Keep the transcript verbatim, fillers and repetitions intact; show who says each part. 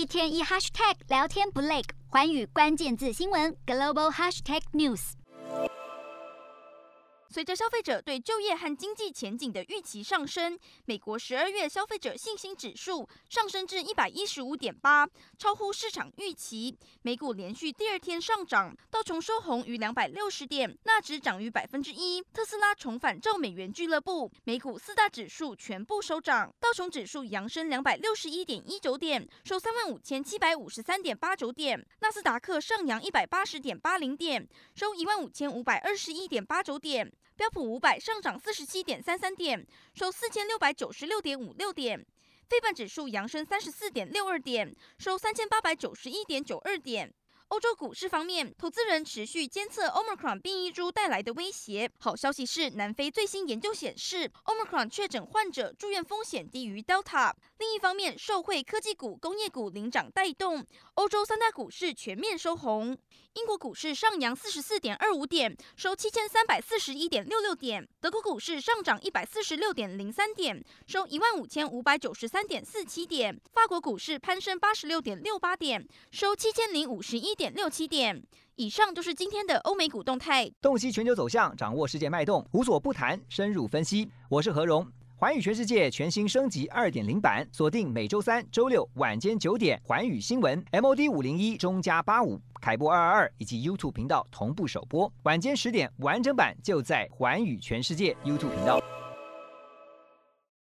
Speaker 1: 天一 hashtag 聊天不累，寰宇关键字新闻 global hashtag news。
Speaker 2: 随着消费者对就业和经济前景的预期上升，美国十二月消费者信心指数上升至一百一十五点八，超乎市场预期。美股连续第二天上涨，道琼收红逾两百六十点，纳指涨逾百分之一，特斯拉重返兆美元俱乐部。美股四大指数全部收涨，道琼指数扬升两百六十一点一九点，收三万五千七百五十三点八九点；纳斯达克上扬一百八十点八零点，收一万五千五百二十一点八九点。标普五百上涨四十七点三三点，收四千六百九十六点五六点。费半指数扬升三十四点六二点，收三千八百九十一点九二点。欧洲股市方面，投资人持续监测 Omicron 变异株带来的威胁。好消息是，南非最新研究显示 ，Omicron 确诊患者住院风险低于 Delta。另一方面，受惠科技股、工业股领涨带动，欧洲三大股市全面收红。英国股市上扬四十四点二五点，收七千三百四十一点六六点。德国股市上涨一百四十六点零三点，收一万五千五百九十三点四七点。法国股市攀升八十六点六八点，收七千零五十一点六七点。以上就是今天的欧美股动态。
Speaker 3: 洞悉全球走向，掌握世界脉动，无所不谈，深入分析。我是何荣。寰宇全世界全新升级 二点零 版，锁定每周三、周六晚间九点，寰宇新闻 M O D 五零一中加八五凯播二二二以及 YouTube 频道同步首播，晚间十点完整版就在寰宇全世界 YouTube 频道。